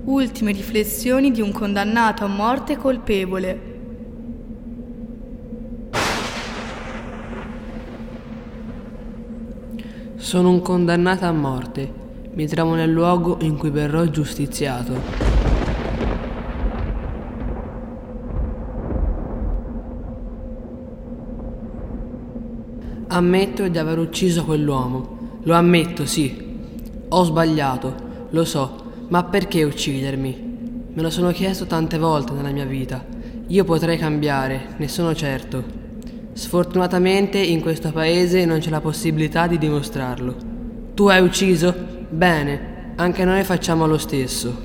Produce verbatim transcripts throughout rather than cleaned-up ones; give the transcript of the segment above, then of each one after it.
Ultime riflessioni di un condannato a morte colpevole. Sono un condannato a morte. Mi trovo nel luogo in cui verrò giustiziato. Ammetto di aver ucciso quell'uomo. Lo ammetto, sì. Ho sbagliato, lo so. Ma perché uccidermi? Me lo sono chiesto tante volte nella mia vita. Io potrei cambiare, ne sono certo. Sfortunatamente in questo paese non c'è la possibilità di dimostrarlo. Tu hai ucciso? Bene, anche noi facciamo lo stesso.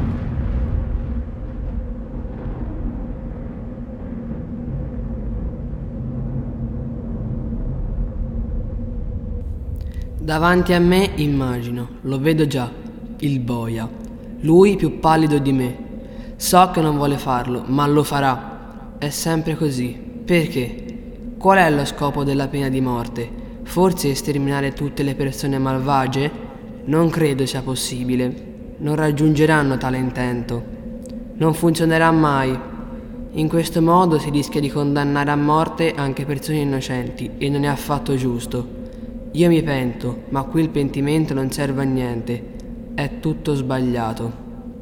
Davanti a me immagino, lo vedo già. Il boia, lui più pallido di me. So che non vuole farlo, ma lo farà. È sempre così. Perché? Qual è lo scopo della pena di morte? Forse sterminare tutte le persone malvagie? Non credo sia possibile. Non raggiungeranno tale intento. Non funzionerà mai. In questo modo si rischia di condannare a morte anche persone innocenti e non è affatto giusto. Io mi pento, ma qui il pentimento non serve a niente. È tutto sbagliato.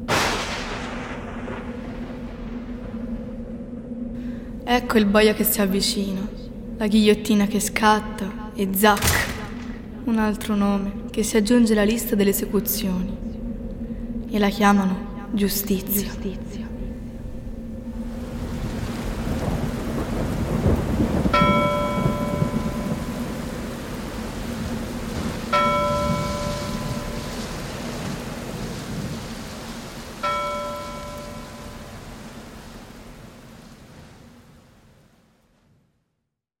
Ecco il boia che si avvicina, la ghigliottina che scatta e zac, un altro nome che si aggiunge alla lista delle esecuzioni. E la chiamano giustizia. Giustizia.